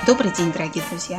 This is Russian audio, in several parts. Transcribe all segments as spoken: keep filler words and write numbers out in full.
Добрый день, дорогие друзья!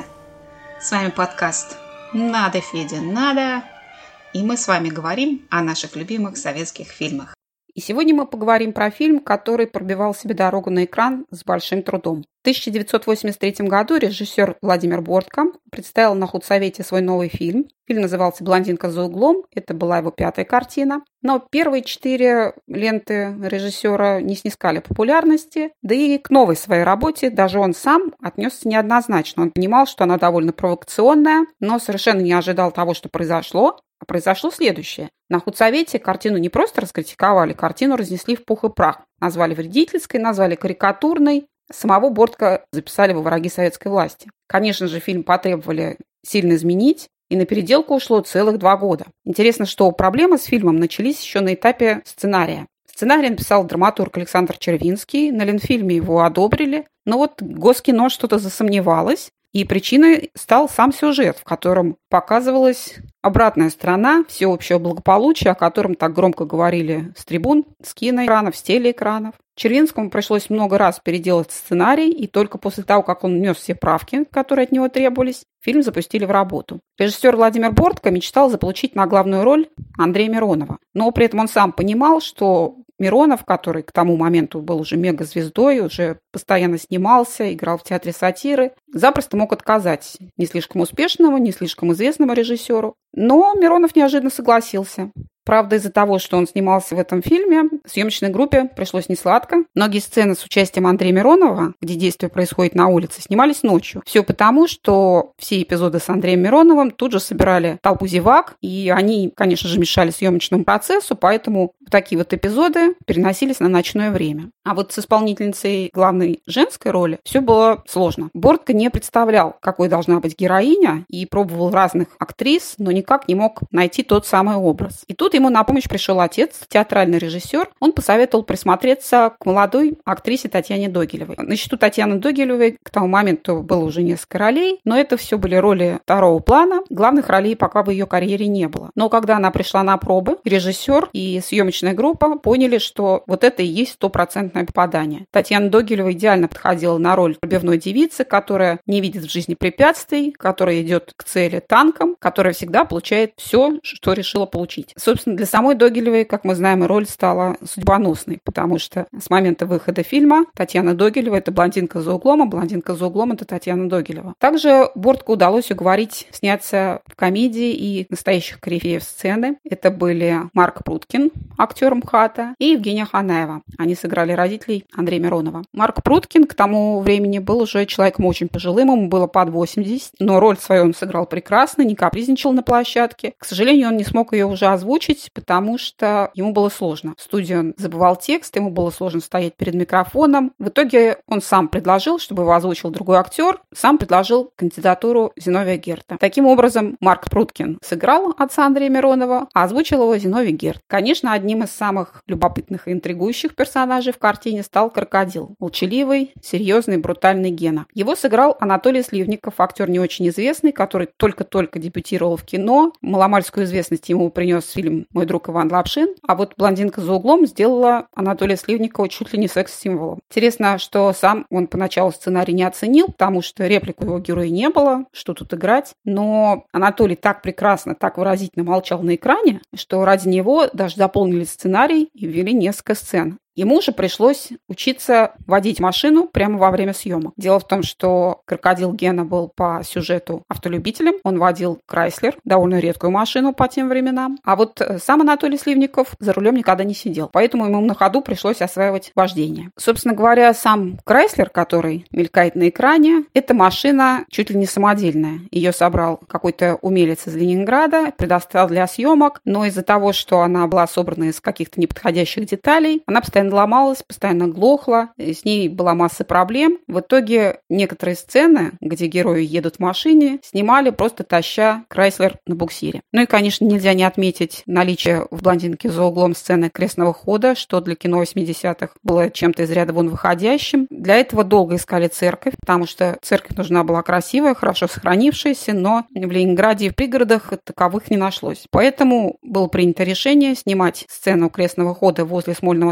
С вами подкаст «Надо, Федя, надо!» И мы с вами говорим о наших любимых советских фильмах. И сегодня мы поговорим про фильм, который пробивал себе дорогу на экран с большим трудом. В тысяча девятьсот восемьдесят третьем году режиссер Владимир Бортко представил на худсовете свой новый фильм. Фильм назывался «Блондинка за углом». Это была его пятая картина. Но первые четыре ленты режиссера не снискали популярности. Да и к новой своей работе даже он сам отнесся неоднозначно. Он понимал, что она довольно провокационная, но совершенно не ожидал того, что произошло. А произошло следующее. На худсовете картину не просто раскритиковали, картину разнесли в пух и прах. Назвали вредительской, назвали карикатурной. Самого Бортко записали во враги советской власти. Конечно же, фильм потребовали сильно изменить, и на переделку ушло целых два года. Интересно, что проблемы с фильмом начались еще на этапе сценария. Сценарий написал драматург Александр Червинский, на Ленфильме его одобрили, но вот Госкино что-то засомневалось, и причиной стал сам сюжет, в котором показывалась обратная сторона всеобщего благополучия, о котором так громко говорили с трибун, с киноэкранов, с телеэкранов. Червинскому пришлось много раз переделать сценарий, и только после того, как он внес все правки, которые от него требовались, фильм запустили в работу. Режиссер Владимир Бортко мечтал заполучить на главную роль Андрея Миронова, но при этом он сам понимал, что Миронов, который к тому моменту был уже мегазвездой, уже постоянно снимался, играл в театре сатиры, запросто мог отказать не слишком успешному, не слишком известному режиссеру. Но Миронов неожиданно согласился. Правда, из-за того, что он снимался в этом фильме, съемочной группе пришлось несладко. Многие сцены с участием Андрея Миронова, где действие происходит на улице, снимались ночью. Все потому, что все эпизоды с Андреем Мироновым тут же собирали толпу зевак, и они, конечно же, мешали съемочному процессу, поэтому такие вот эпизоды переносились на ночное время. А вот с исполнительницей главной женской роли все было сложно. Бортко не представлял, какой должна быть героиня, и пробовал разных актрис, но никак не мог найти тот самый образ. И тут ему на помощь пришел отец, театральный режиссер. Он посоветовал присмотреться к молодой актрисе Татьяне Догилевой. На счету Татьяны Догилевой к тому моменту было уже несколько ролей, но это все были роли второго плана. Главных ролей пока в ее карьере не было. Но когда она пришла на пробы, режиссер и съемочная группа поняли, что вот это и есть стопроцентное попадание. Татьяна Догилева идеально подходила на роль пробивной девицы, которая не видит в жизни препятствий, которая идет к цели танком, которая всегда получает все, что решила получить. Собственно, для самой Догилевой, как мы знаем, роль стала судьбоносной, потому что с момента выхода фильма Татьяна Догилева – это блондинка за углом, а блондинка за углом – это Татьяна Догилева. Также Бортко удалось уговорить сняться в комедии и настоящих корифеев сцены. Это были Марк Пруткин, актер МХАТа, и Евгения Ханаева. Они сыграли родителей Андрея Миронова. Марк Пруткин к тому времени был уже человеком очень пожилым, ему было под восемьдесят, но роль свою он сыграл прекрасно, не капризничал на площадке. К сожалению, он не смог ее уже озвучить, потому что ему было сложно. В студии он забывал текст, ему было сложно стоять перед микрофоном. В итоге он сам предложил, чтобы его озвучил другой актер, сам предложил кандидатуру Зиновия Герта. Таким образом, Марк Пруткин сыграл отца Андрея Миронова, а озвучил его Зиновий Герт. Конечно, одним из самых любопытных и интригующих персонажей в картине стал крокодил. Молчаливый, серьезный, брутальный Гена. Его сыграл Анатолий Сливников, актер не очень известный, который только-только дебютировал в кино. Маломальскую известность ему принес фильм «Мой друг Иван Лапшин», а вот «Блондинка за углом» сделала Анатолия Сливникова чуть ли не секс-символом. Интересно, что сам он поначалу сценарий не оценил, потому что реплику его героя не было, что тут играть, но Анатолий так прекрасно, так выразительно молчал на экране, что ради него даже дополнили сценарий и ввели несколько сцен. Ему же пришлось учиться водить машину прямо во время съемок. Дело в том, что крокодил Гена был по сюжету автолюбителем. Он водил Крайслер, довольно редкую машину по тем временам. А вот сам Анатолий Сливников за рулем никогда не сидел. Поэтому ему на ходу пришлось осваивать вождение. Собственно говоря, сам Крайслер, который мелькает на экране, это машина чуть ли не самодельная. Ее собрал какой-то умелец из Ленинграда, предоставил для съемок. Но из-за того, что она была собрана из каких-то неподходящих деталей, она постоянно ломалась, постоянно глохла, с ней была масса проблем. В итоге некоторые сцены, где герои едут в машине, снимали просто таща Крайслер на буксире. Ну и, конечно, нельзя не отметить наличие в «Блондинке за углом» сцены крестного хода, что для кино восьмидесятых было чем-то из ряда вон выходящим. Для этого долго искали церковь, потому что церковь нужна была красивая, хорошо сохранившаяся, но в Ленинграде и в пригородах таковых не нашлось. Поэтому было принято решение снимать сцену крестного хода возле Смольного собора,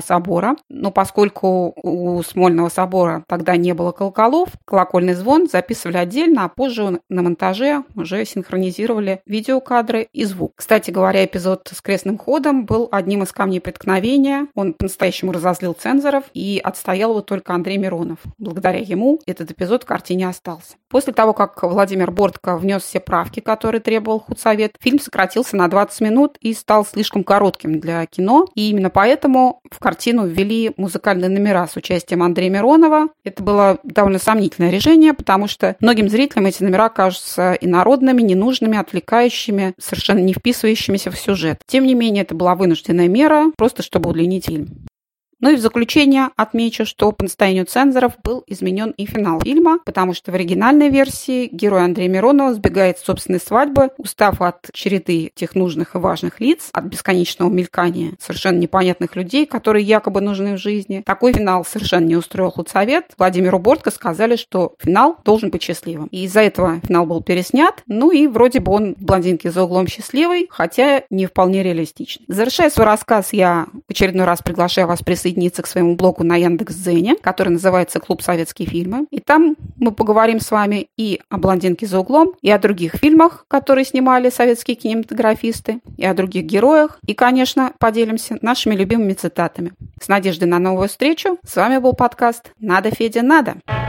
собора. Но поскольку у Смольного собора тогда не было колоколов, колокольный звон записывали отдельно, а позже на монтаже уже синхронизировали видеокадры и звук. Кстати говоря, эпизод с крестным ходом был одним из камней преткновения. Он по-настоящему разозлил цензоров, и отстоял его только Андрей Миронов. Благодаря ему этот эпизод в картине остался. После того, как Владимир Бортко внес все правки, которые требовал худсовет, фильм сократился на двадцать минут и стал слишком коротким для кино. И именно поэтому в картину ввели музыкальные номера с участием Андрея Миронова. Это было довольно сомнительное решение, потому что многим зрителям эти номера кажутся инородными, ненужными, отвлекающими, совершенно не вписывающимися в сюжет. Тем не менее, это была вынужденная мера, просто чтобы удлинить фильм. Ну и в заключение отмечу, что по настоянию цензоров был изменен и финал фильма, потому что в оригинальной версии герой Андрея Миронова сбегает с собственной свадьбы, устав от череды тех нужных и важных лиц, от бесконечного мелькания совершенно непонятных людей, которые якобы нужны в жизни. Такой финал совершенно не устроил худсовет. Владимиру Бортко сказали, что финал должен быть счастливым. И из-за этого финал был переснят. Ну и вроде бы он в «Блондинке за углом» счастливый, хотя не вполне реалистичный. Завершая свой рассказ, я в очередной раз приглашаю вас присоединиться к своему блогу на Яндекс.Дзене, который называется «Клуб советские фильмы». И там мы поговорим с вами и о «Блондинке за углом», и о других фильмах, которые снимали советские кинематографисты, и о других героях. И, конечно, поделимся нашими любимыми цитатами. С надеждой на новую встречу. С вами был подкаст «Надо, Федя, надо».